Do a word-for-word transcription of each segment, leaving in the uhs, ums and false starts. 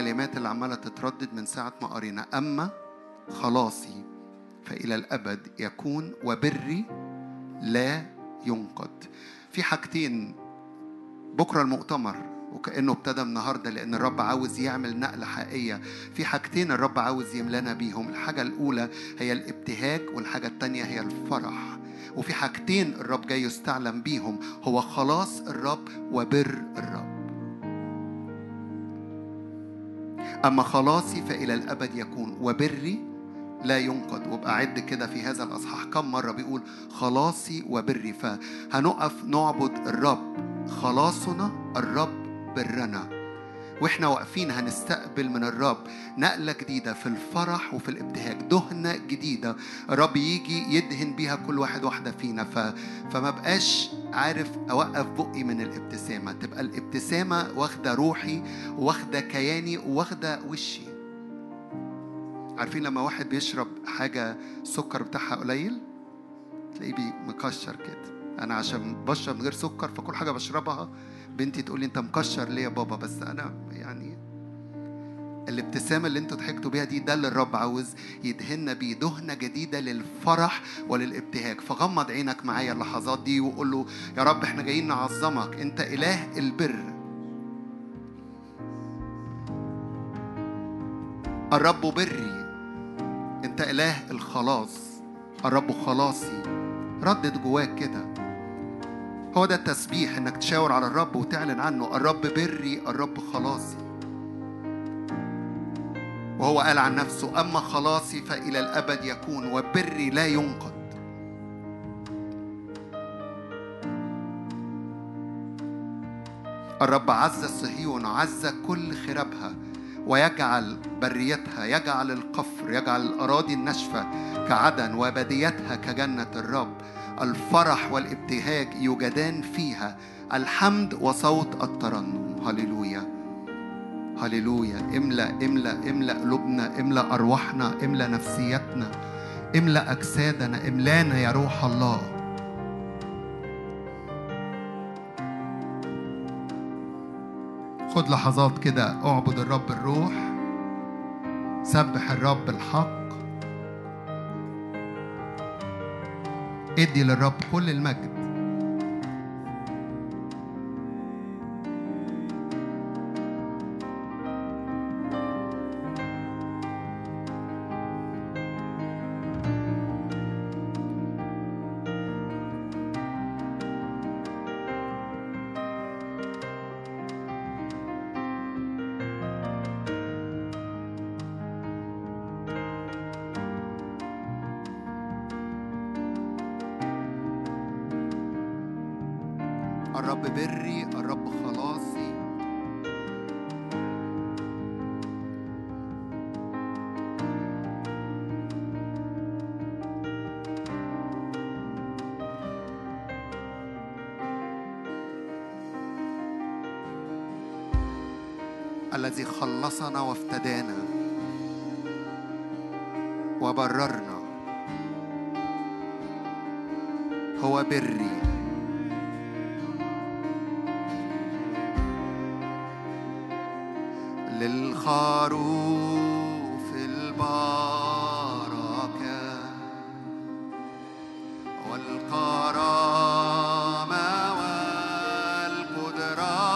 الكلمات اللي عمالة تتردد من ساعة ما قرينا. أما خلاصي فإلى الأبد يكون وبري لا ينقض. في حاجتين بكرة المؤتمر وكأنه ابتدى النهاردة، لأن الرب عاوز يعمل نقلة حقيقية. في حاجتين الرب عاوز يملانا بيهم. الحاجة الأولى هي الابتهاج، والحاجة التانية هي الفرح. وفي حاجتين الرب جاي يستعلم بيهم، هو خلاص الرب وبر الرب. أما خلاصي فإلى الأبد يكون وبري لا ينقض. وابقى عد كده في هذا الأصحاح كم مرة بيقول خلاصي وبري. فهنقف نعبد الرب، خلاصنا الرب برنا، واحنا واقفين هنستقبل من الرب نقلة جديدة في الفرح وفي الابتهاج، دهنة جديدة الرب يجي يدهن بيها كل واحد واحدة فينا. ف... فما بقاش عارف أوقف بقي من الابتسامة، تبقى الابتسامة واخدة روحي واخدة كياني واخدة وشي. عارفين لما واحد بيشرب حاجة سكر بتاعها قليل تلاقيه مكشر كده. أنا عشان بشرب من غير سكر فكل حاجة بشربها بنتي تقول لي أنت مكشر ليه يا بابا؟ بس أنا يعني الابتسامة اللي أنتوا ضحكتوا بيها دي، ده اللي الرب عاوز يدهننا بيه، دهنة جديدة للفرح وللابتهاج. فغمض عينك معايا اللحظات دي وقول له يا رب احنا جايين نعظمك، أنت إله البر، الرب بري، أنت إله الخلاص، الرب خلاصي. ردد جواك كده، هو ده التسبيح، انك تشاور على الرب وتعلن عنه. الرب بري، الرب خلاصي. وهو قال عن نفسه أما خلاصي فإلى الأبد يكون وبري لا ينقض. الرب عز صهيون، عز كل خرابها، ويجعل بريتها، يجعل القفر، يجعل الأراضي الناشفة كعدن، وبديتها كجنة الرب. الفرح والابتهاج يوجدان فيها، الحمد وصوت الترنم. هللويا هللويا. املأ املأ املأ قلوبنا، املأ أرواحنا، املأ نفسيتنا، املأ أجسادنا، املانا يا روح الله. خد لحظات كده، اعبد الرب الروح، سبح الرب الحق، ادي للرب كل المجد. الرب بري، الرب خلاصي. الذي خلصنا وافتدانا وبررنا هو بري. للخروف البركة والكرامة والقدرة،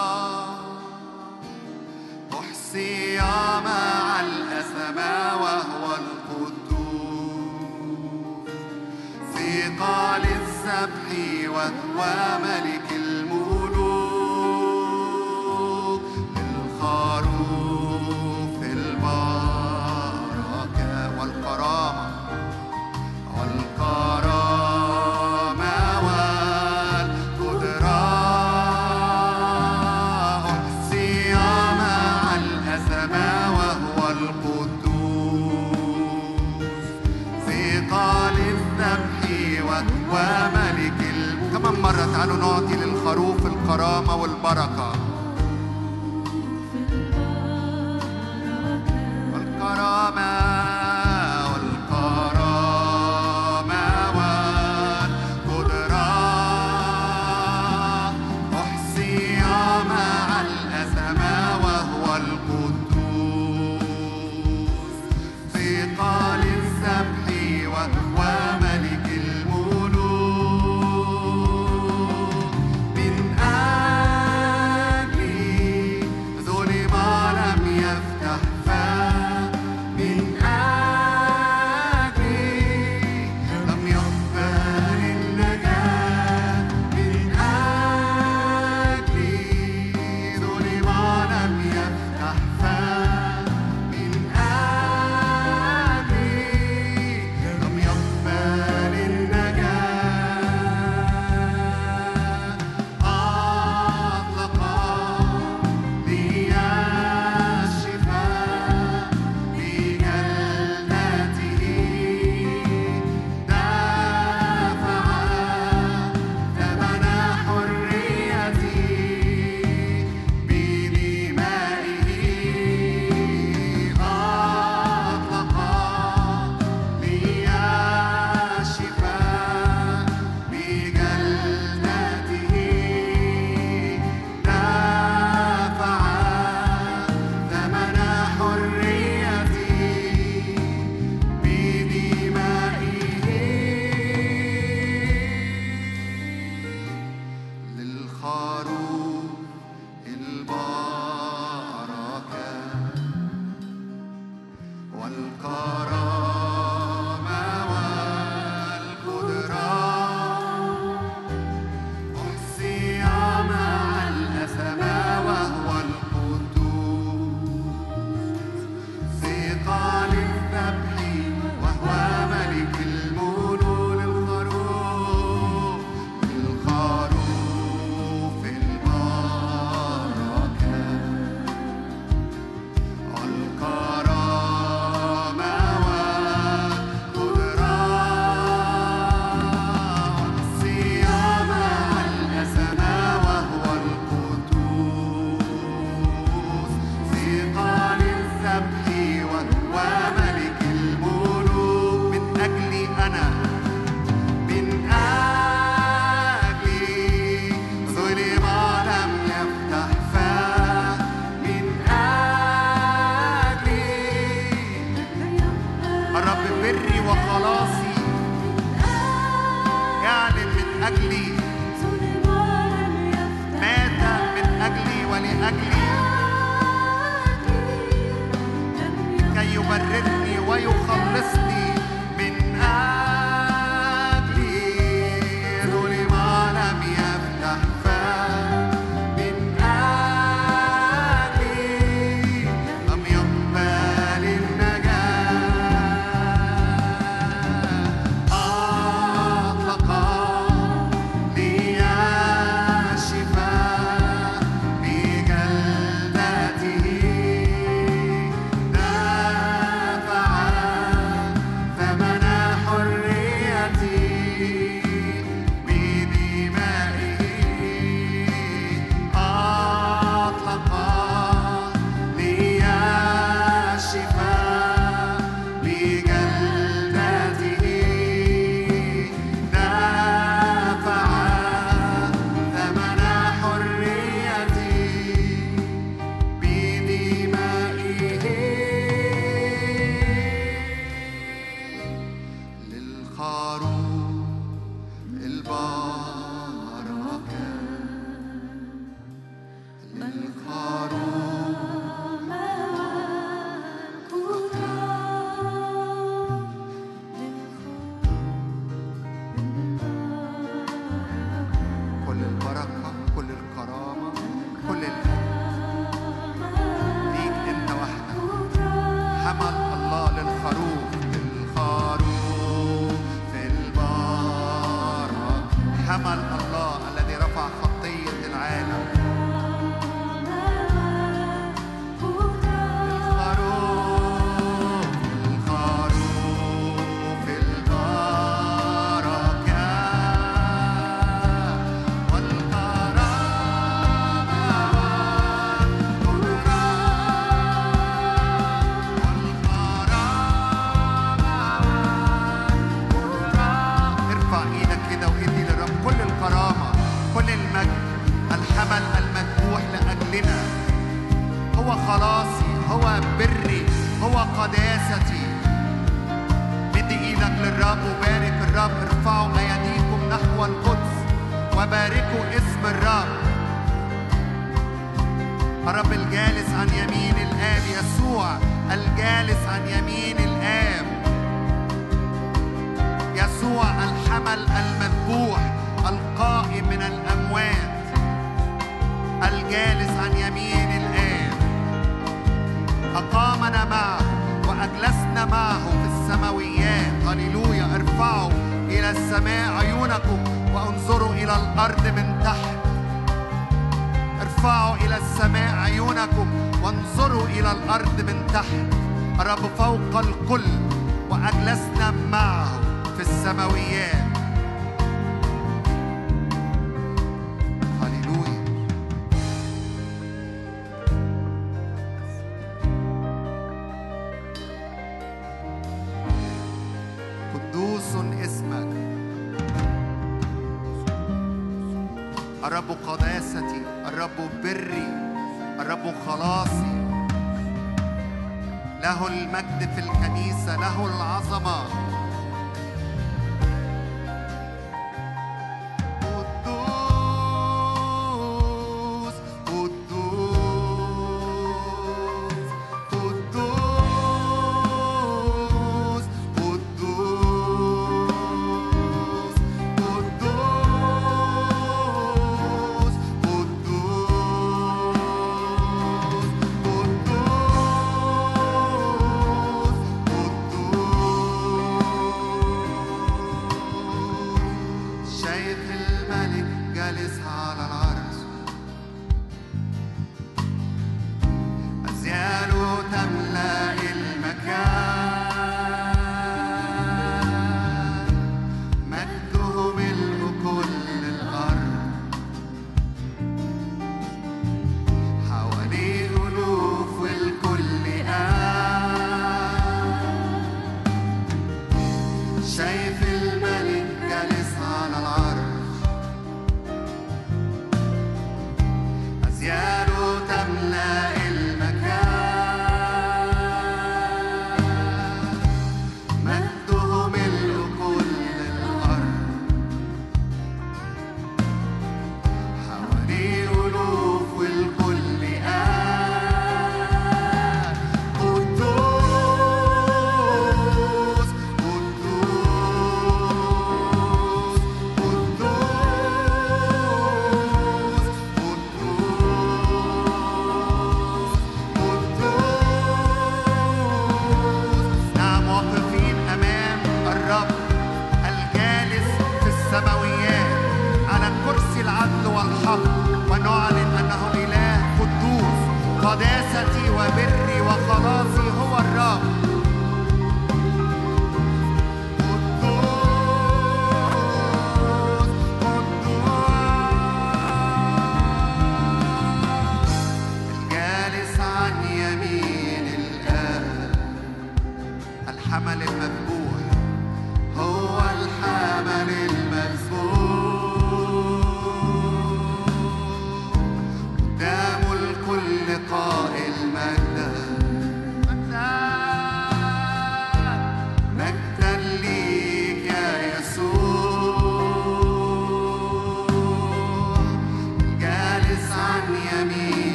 أحصي مع الأسماء وهو القدوس، ثقل السبح وهو ملك الملوك. للخروف البركة والكرامة والكرامة والقدرة، أحصي مع الأسماء وهو القدوس، ثقل الذبح وملك الملك. كمان مرة تعالوا نعطي للخروف الكرامة والبركة والكرامة والكرامة والقدرة، أحصي مع الأسماء وهو القدوس، أجلي، مات من أجلي ولأجلي كي يبررني ويخلصني من أجلي. ظلم لم يفتح فاه من أجلي، لم يقبل النجاة. أطلق لي الشفاء بجلدته، دفع ثمن حريتي بدمائه. أطلق لي الشفاء بجلدته، دفع ثمن حريتي بدمائه. للخروف البركة، للخروف كل البركة، كل الكرامة، كل المجد ليك أنت وحدك. حمل الله للخروف، للخروف البركة، حمل الله الذي رفع خطية العالم. الخروف، الخروف البركة والكرامة والقدرة والكرامة. ارفع ايدك كده وادي للرب كل الكرامة، كل المجد. الحمل المذبوح لأجلنا هو خلاصي، هو بري، هو قداستي. مد ايدك للرب وبارك الرب. ارفعوا ايديكم نحو القدس وباركوا اسم الرب. الرب الجالس عن يمين الآب، يسوع الجالس عن يمين الآب، يسوع الحمل المذبوح القائم من الأموات، الجالس عن يمين الآب، أقامنا معه وأجلسنا معه في السماويات. هللويا. ارفعوا إلى السماء عيونكم وانظروا إلى الأرض من تحت. ارفعوا إلى السماء عيونكم وانظروا إلى الأرض من تحت. الرب فوق الكل وأجلسنا معه في السماويات. هللويا. قدوس اسمك. الرب قداستي، الرب بري، الرب خلاصي. له المجد في الكنيسة، له العظمة. قدوس قدوس قدوس قدوس قدوس قدوس قدوس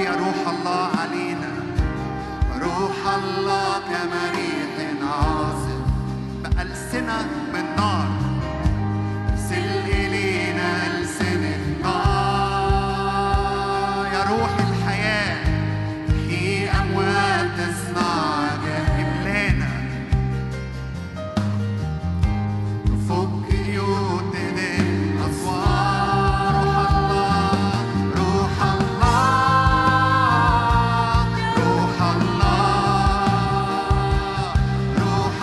يا روح الله علينا، روح الله كمريح عاصف بألسنة من نار، ارسل إلينا ألسنة نار يا روح الحياة، تحيي أموات تصنع عجائب لنا، فك قيود الأسوار، روح الله روح الله روح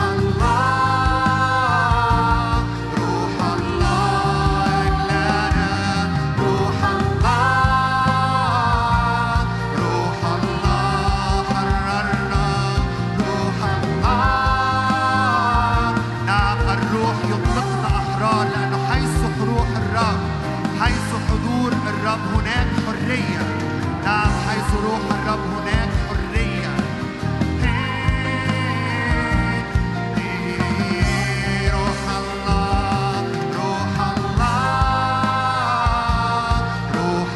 الله روح الله روح الله إملانا، روح الله روح الله حررنا، روح الله. نعم الروح يطلقنا أحرار، لأنه حيث روح الرب، حيث حضور الرب هناك حرية. نعم حيث روح الرب هناك حرية. روح الله روح الله روح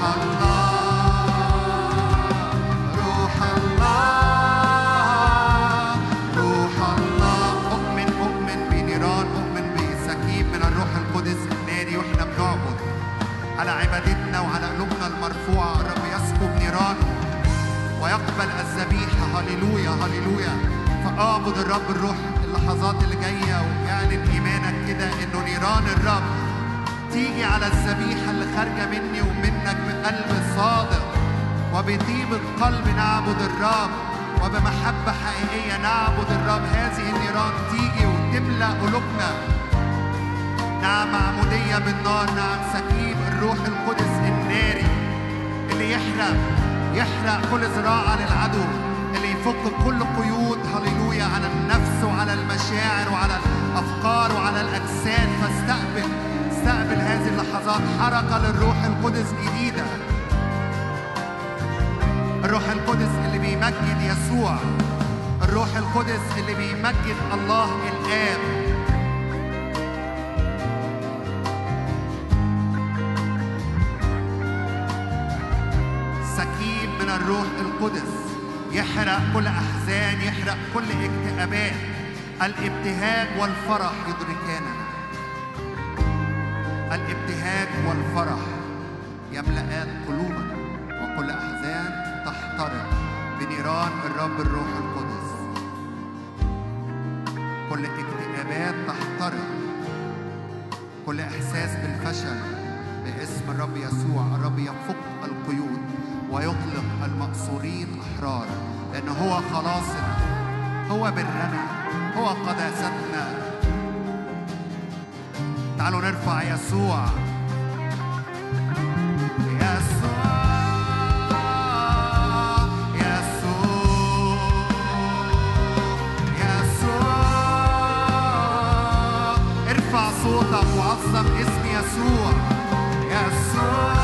الله روح الله روح الله. أؤمن أؤمن بنيران، أؤمن بسكيب من الروح القدس الناري واحنا بنعبد على عبادتنا وعلى قلوبنا المرفوعة. الرب يسكب نيرانه ويقبل الذبيحة. هللويا هللويا. فأعبد الرب الروح اللحظات اللي جاية، ويعلن إيمانك كده إنه نيران الرب تيجي على الذبيحة اللي خارجة مني ومنك بقلب صادق وبطيبة قلب. نعبد الرب وبمحبة حقيقية نعبد الرب. هذه النيران تيجي وتملأ قلوبنا. نعم معمودية بالنار، نعم سكيب الروح القدس الناري اللي يحرق يحرق كل زراعة للعدو، اللي يفك كل قيود هللويا على النفس وعلى المشاعر وعلى الأفكار وعلى الأجساد. فاستقبل استقبل هذه اللحظات حركة للروح القدس جديدة. الروح القدس اللي بيمجد يسوع، الروح القدس اللي بيمجد الله الآب. سكيب من الروح القدس يحرق كل أحزان، يحرق كل اكتئابات. الابتهاج والفرح يدركاننا، الابتهاج والفرح يملأان قلوبنا، وكل أحزان تحترق بنيران الرب الروح القدس. كل اكتئابات تحترق، كل إحساس بالفشل باسم الرب يسوع. الرب يفك القيود ويطلق المأسورين أحرار، لأنه هو خلاصنا، هو برنا، هو قداستنا. تعالوا نرفع يسوع يسوع يسوع يسوع. ارفع صوتك وعظم اسم يسوع. يسوع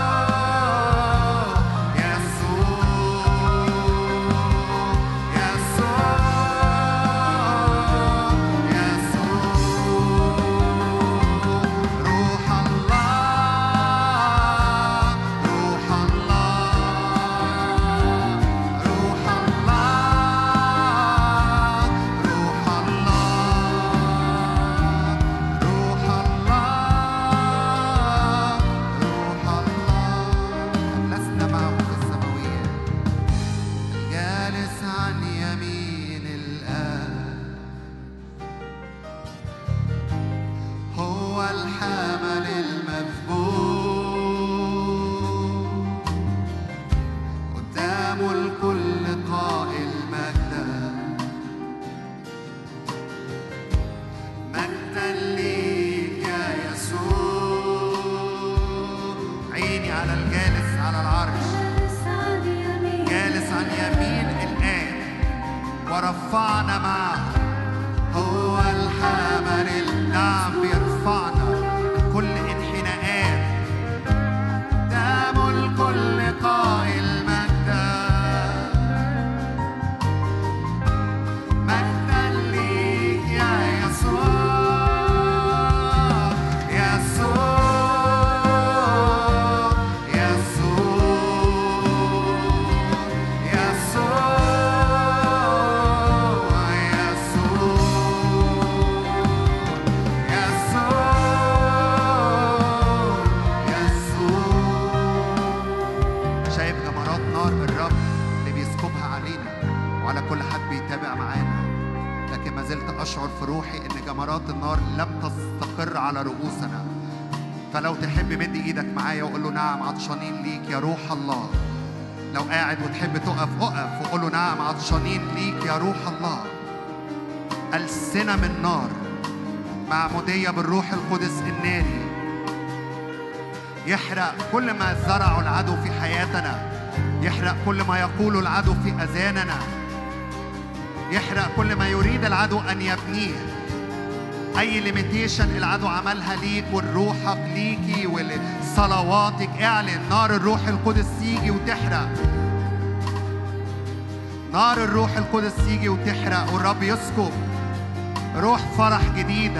ورفعنا معه. هو الحامل النعم بيرفعنا من كل انحناءات. دام الكل قائل مجدا مجدا ليك يا يسوع. يسوع يسوع يسكبها علينا وعلى كل حد بيتابع معانا. لكن ما زلت أشعر في روحي إن جمرات النار لم تستقر على رؤوسنا. فلو تحب مد إيدك معايا وقول له نعم عطشانين ليك يا روح الله. لو قاعد وتحب تقف أقف وقول له نعم عطشانين ليك يا روح الله. ألسنة من نار معمودية بالروح القدس الناري يحرق كل ما زرعه العدو في حياتنا، يحرق كل ما يقوله العدو في أذاننا، يحرق كل ما يريد العدو أن يبنيه. أي ليميتيشن العدو عملها ليك ولروحك ليكي ولصلواتك، اعلن نار الروح القدس تيجي وتحرق. نار الروح القدس تيجي وتحرق، والرب يسكب روح فرح جديدة،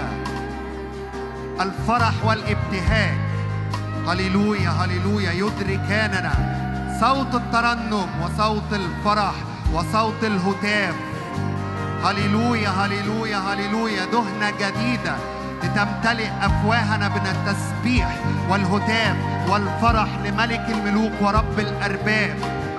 الفرح والابتهاج. هللويا هللويا. يدركاننا صوت الترنم وصوت الفرح وصوت الهتاف. هللويا هللويا هللويا. دهنة جديدة لتمتلئ أفواهنا من التسبيح والهتاف والفرح لملك الملوك ورب الأرباب.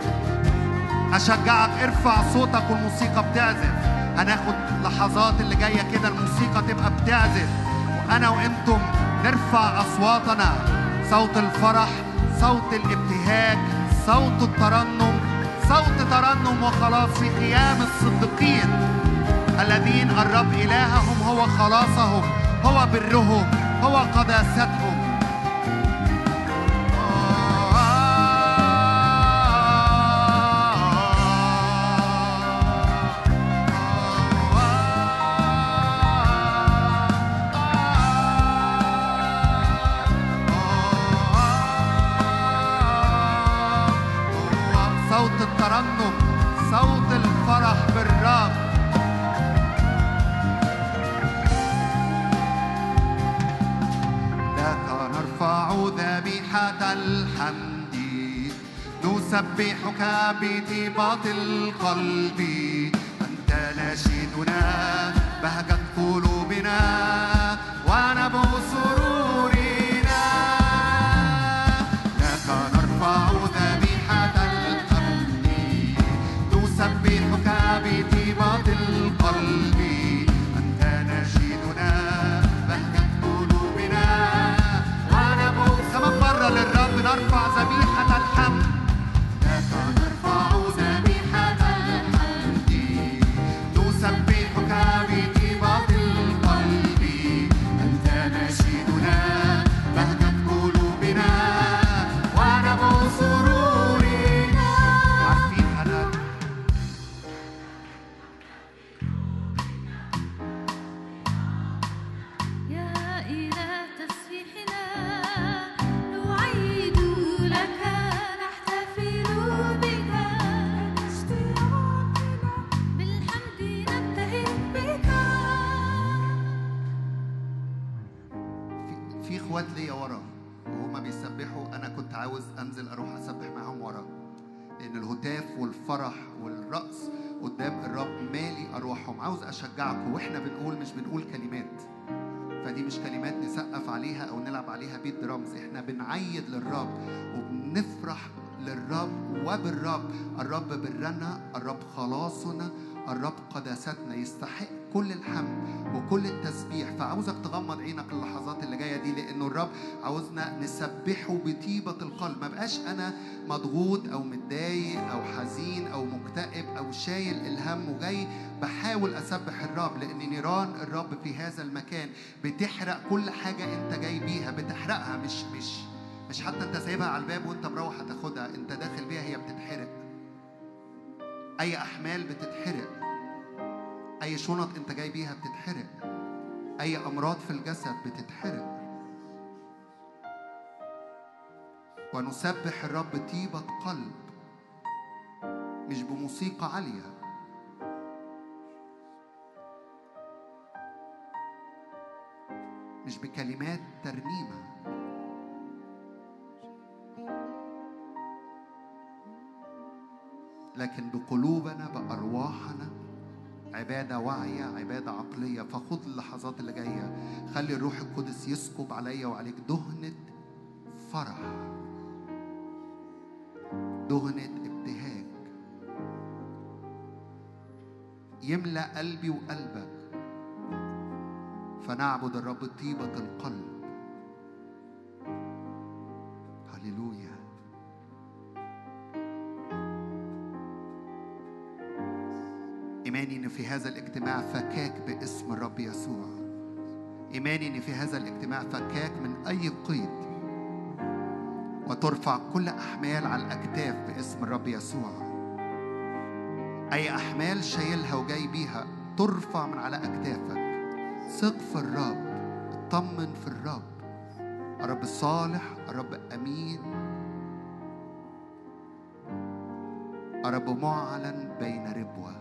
أشجعك ارفع صوتك والموسيقى بتعزف. هناخد لحظات اللي جاية كده الموسيقى تبقى بتعزف وأنا وإنتم نرفع أصواتنا. صوت الفرح، صوت الابتهاج، صوت الترنم، صوت ترنم وخلاص في خيام الصديقين الذين الرب إلههم هو خلاصهم، هو برهم، هو قداستهم. صوت الترنم، صوت الفرح بالرب. لك نرفع ذبيحة الحمد، نسبحك بطيبة القلب. أنت نشيدنا، بهجت قلوبنا ونبو سرورنا. لك نرفع ذبيحة الحمد، نسبحك بطيبة القلب. أنت نشيدنا، بهجت قلوبنا ونبو. كمان مرة للرب نرفع ذبيحة الحمد. لك نرفع ذبيحة الحمد، نسبحك بطيبة القلب. أنت نشيدنا، بهجت قلوبنا ونبو سرورنا. عارفين أنا يا إله تسبيحنا نعيد لك، نحتفل بك اشتياقنا، بالحمد نبتهج بك. في في اخوات ليا ورا وهما بيسبحوا، انا كنت عاوز انزل اروح اسبح معاهم ورا، لان الهتاف والفرح والرقص قدام الرب مالي ارواحهم. عاوز اشجعكم، واحنا بنقول مش بنقول كلمات، فدي مش كلمات نسقف عليها او نلعب عليها بيت درامز. احنا بنعيد للرب وبنفرح للرب وبالرب. الرب برنا، الرب خلاصنا، الرب قداستنا، يستحق كل الحمد وكل التسبيح. فعاوزك تغمض عينك اللحظات اللي جايه دي، لانه الرب عاوزنا نسبحه بطيبه القلب. ما بقاش انا مضغوط او متضايق او حزين او مكتئب او شايل الهم وجاي بحاول اسبح الرب، لان نيران الرب في هذا المكان بتحرق كل حاجه انت جاي بيها، بتحرقها. مش مش مش حتى انت سايبها على الباب وانت مروح هتاخدها، انت داخل بيها هي بتتحرق. اي احمال بتتحرق، اي شنط انت جاي بيها بتتحرق، اي امراض في الجسد بتتحرق. ونسبح الرب طيبة قلب، مش بموسيقى عالية، مش بكلمات ترنيمة، لكن بقلوبنا بأرواحنا. عبادة واعية، عبادة عقلية. فخذ اللحظات اللي جاية، خلي الروح القدس يسكب عليا وعليك دهنة فرح، دهنة ابتهاج، يملأ قلبي وقلبك، فنعبد الرب طيبة القلب. هللويا. إيماني إن في هذا الاجتماع فكاك باسم الرب يسوع. إيماني إن في هذا الاجتماع فكاك من أي قيد، وترفع كل أحمال على الأكتاف باسم الرب يسوع. أي أحمال شايلها وجاي بيها ترفع من على أكتافك. ثق في الرب، اطمن في الرب. الرب صالح، الرب أمين، الرب معلن بين ربوة.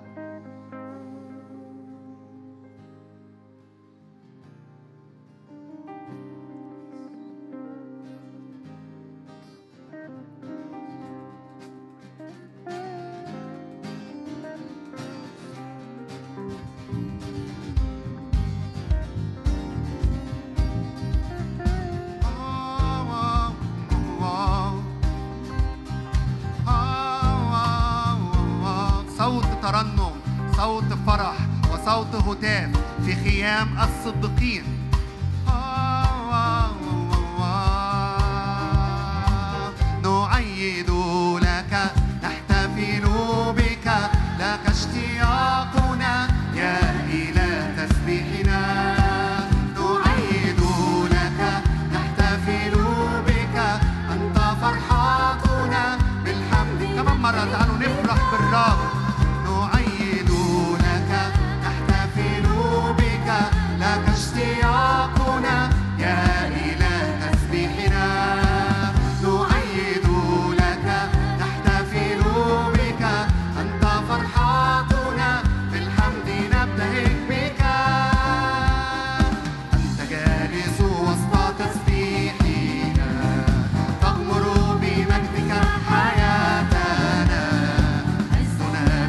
ترنم، صوت فرح وصوت هتاف في خيام الصديقين. نعيد لك، نحتفل بك، لك اشتياقنا يا إله تسبيحنا. نعيد لك، نحتفل بك، أنت فرحاتنا بالحمد. كمان مرة تعالوا نفرح بالرب. لك اشتياقنا يا إله تسبيحنا. نعيد لك، نحتفل بك، أنت فرحاتنا بالحمد نبتهج بك. أنت جالس وسط تسبيحنا، تغمر بمجدك حياتنا. عزنا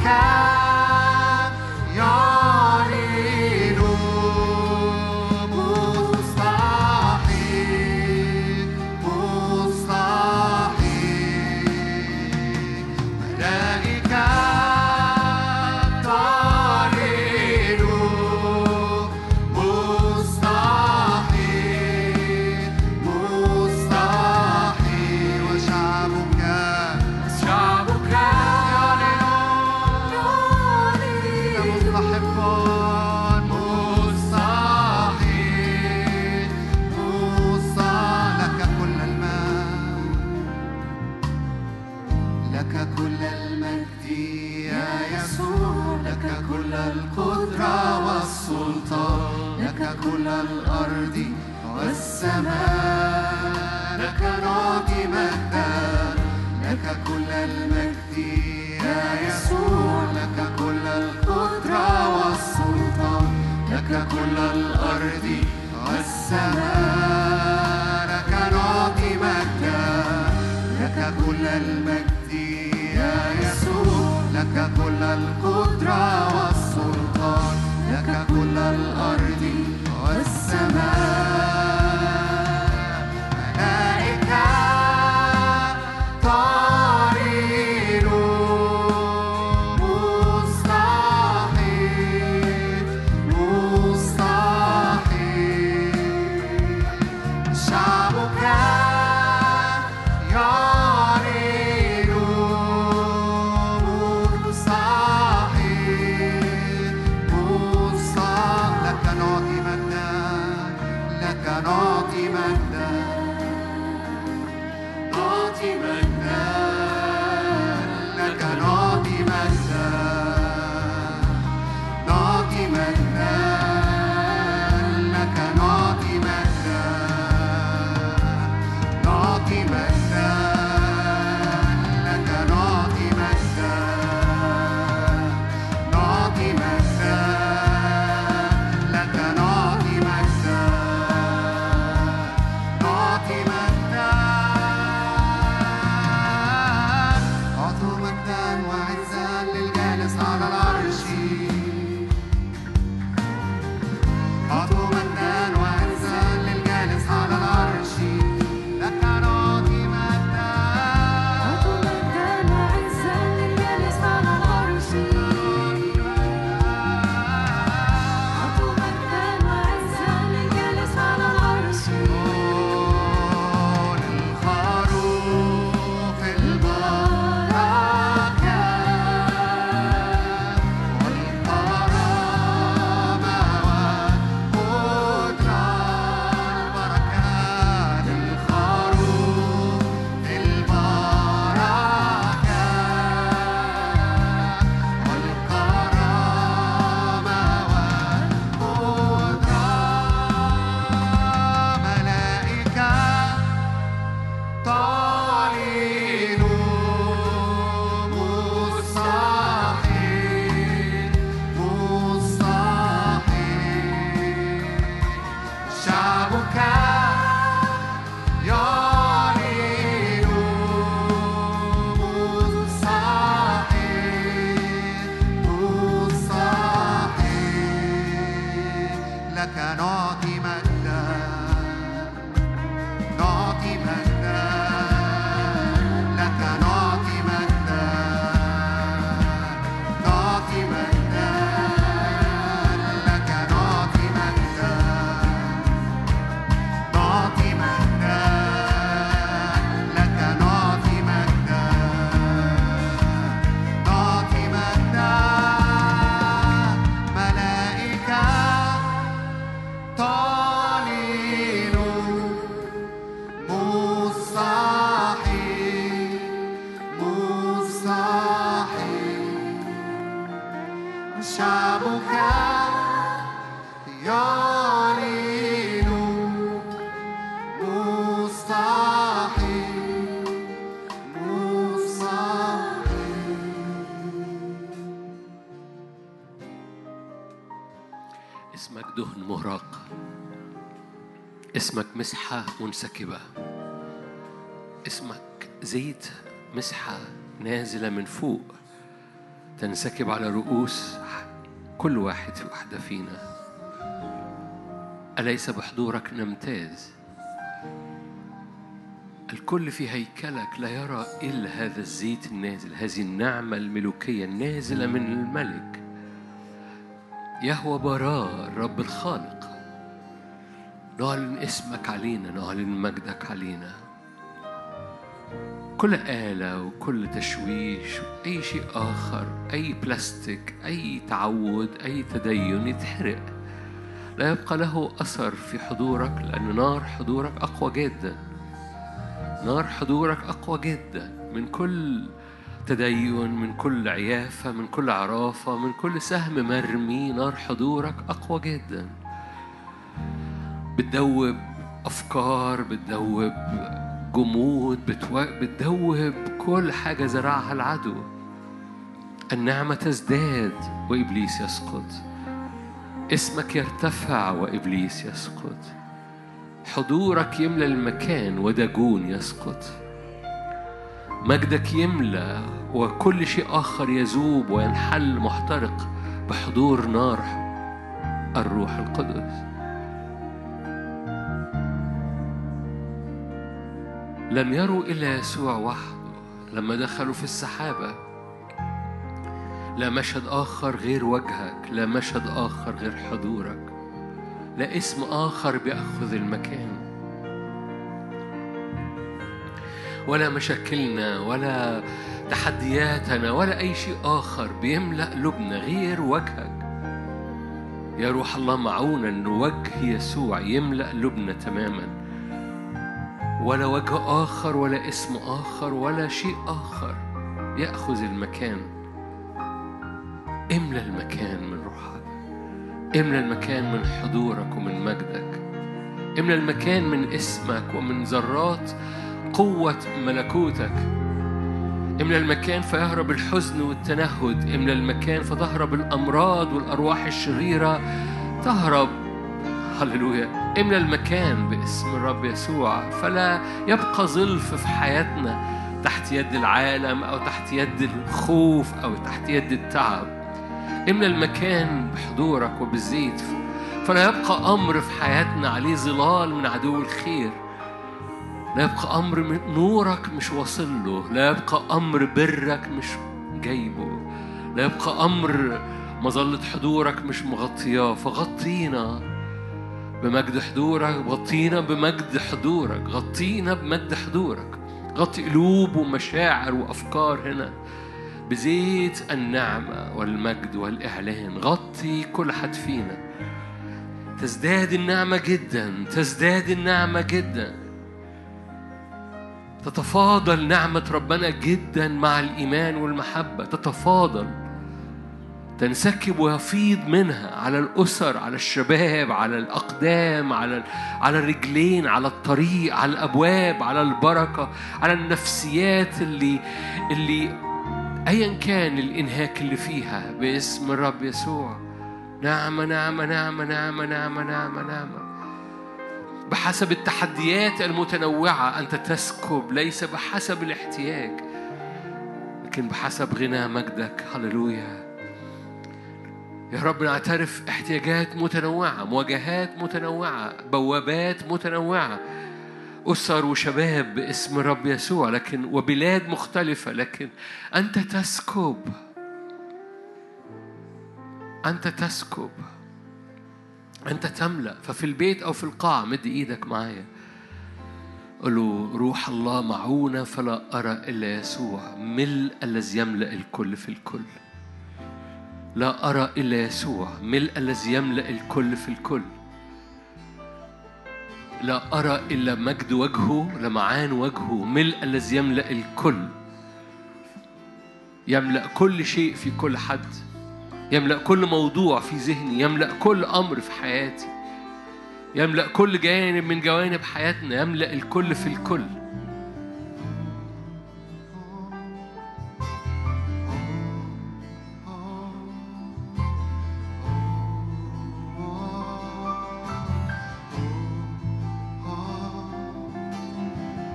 اسمك مسحة منسكبة، اسمك زيت مسحة نازلة من فوق، تنسكب على رؤوس كل واحد واحدة فينا. أليس بحضورك نمتاز؟ الكل في هيكلك لا يرى إلا هذا الزيت النازل، هذه النعمة الملوكية النازلة من الملك يهوى براء الرب الخالق. نعلن اسمك علينا، نعلن مجدك علينا. كل آلة وكل تشويش، أي شيء آخر، أي بلاستيك، أي تعود، أي تدين يتحرق، لا يبقى له أثر في حضورك، لأن نار حضورك أقوى جدا. نار حضورك أقوى جدا من كل تدين، من كل عيافة، من كل عرافة، من كل سهم مرمي. نار حضورك أقوى جدا، بتدوب أفكار، بتدوب جمود، بتدوب كل حاجة زرعها العدو. النعمة تزداد وإبليس يسقط، اسمك يرتفع وإبليس يسقط، حضورك يملى المكان ودجون يسقط، مجدك يملى وكل شيء آخر يذوب وينحل محترق بحضور نار الروح القدس. لم يروا إلا يسوع وحده لما دخلوا في السحابة. لا مشهد آخر غير وجهك، لا مشهد آخر غير حضورك، لا اسم آخر بيأخذ المكان، ولا مشاكلنا ولا تحدياتنا ولا أي شيء آخر بيملأ قلوبنا غير وجهك. يا روح الله معونا أن وجه يسوع يملأ قلوبنا تماما، ولا وجه آخر ولا اسم آخر ولا شيء آخر يأخذ المكان. املأ المكان من روحك، املأ المكان من حضورك ومن مجدك، املأ المكان من اسمك ومن ذرات قوة ملكوتك. املأ المكان فيهرب الحزن والتنهد، املأ المكان فتهرب الأمراض والأرواح الشريرة تهرب. هللويا. املأ المكان باسم الرب يسوع، فلا يبقى ظلف في حياتنا تحت يد العالم أو تحت يد الخوف أو تحت يد التعب. املأ المكان بحضورك وبالزيت، فلا يبقى أمر في حياتنا عليه ظلال من عدو الخير. لا يبقى أمر من نورك مش واصل له، لا يبقى أمر برك مش جايبه، لا يبقى أمر مظلة حضورك مش مغطياه. فغطينا بمجد حضورك، غطينا بمجد حضورك، غطينا بمجد حضورك. غطي قلوب ومشاعر وأفكار هنا بزيت النعمة والمجد والإعلان. غطي كل حد فينا. تزداد النعمة جدا، تزداد النعمة جدا، تتفاضل نعمة ربنا جدا مع الإيمان والمحبة، تتفاضل، تنسكب ويفيض منها على الأسر، على الشباب، على الأقدام، على على الرجلين، على الطريق، على الأبواب، على البركة، على النفسيات اللي اللي أيا كان الإنهاك اللي فيها باسم الرب يسوع. نعمة نعمة نعمة نعمة نعمة نعمة نعمة. بحسب التحديات المتنوعة أنت تسكب، ليس بحسب الاحتياج لكن بحسب غنى مجدك. هللويا. يا رب نعترف احتياجات متنوعة، مواجهات متنوعة، بوابات متنوعة، أسر وشباب باسم الرب يسوع، لكن وبلاد مختلفة، لكن أنت تسكب، أنت تسكب، أنت تملأ. ففي البيت أو في القاعة مد إيدك معايا، قل له روح الله معونا فلا أرى إلا يسوع ملء الذي يملأ الكل في الكل. لا أرى إلا يسوع ملء الذي يملأ الكل في الكل. لا أرى إلا مجد وجهه، لمعان وجهه، ملء الذي يملأ الكل، يملأ كل شيء في كل حد، يملأ كل موضوع في ذهني، يملأ كل أمر في حياتي، يملأ كل جانب من جوانب حياتنا، يملأ الكل في الكل.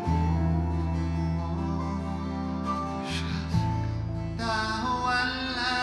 هو الذي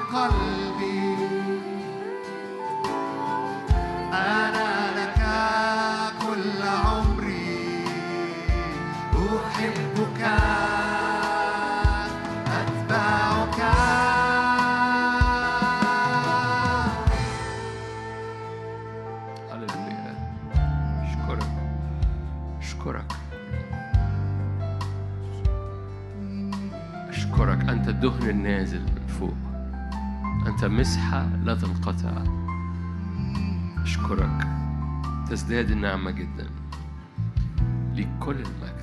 قلبي أنا لك كل عمري أحبك أتبعك هللويا. أشكرك أشكرك أشكرك. أنت الدهن النازل من فوق، أنت مسحة لا تنقطع. أشكرك، تزداد النعمة جدا، لكل المجد.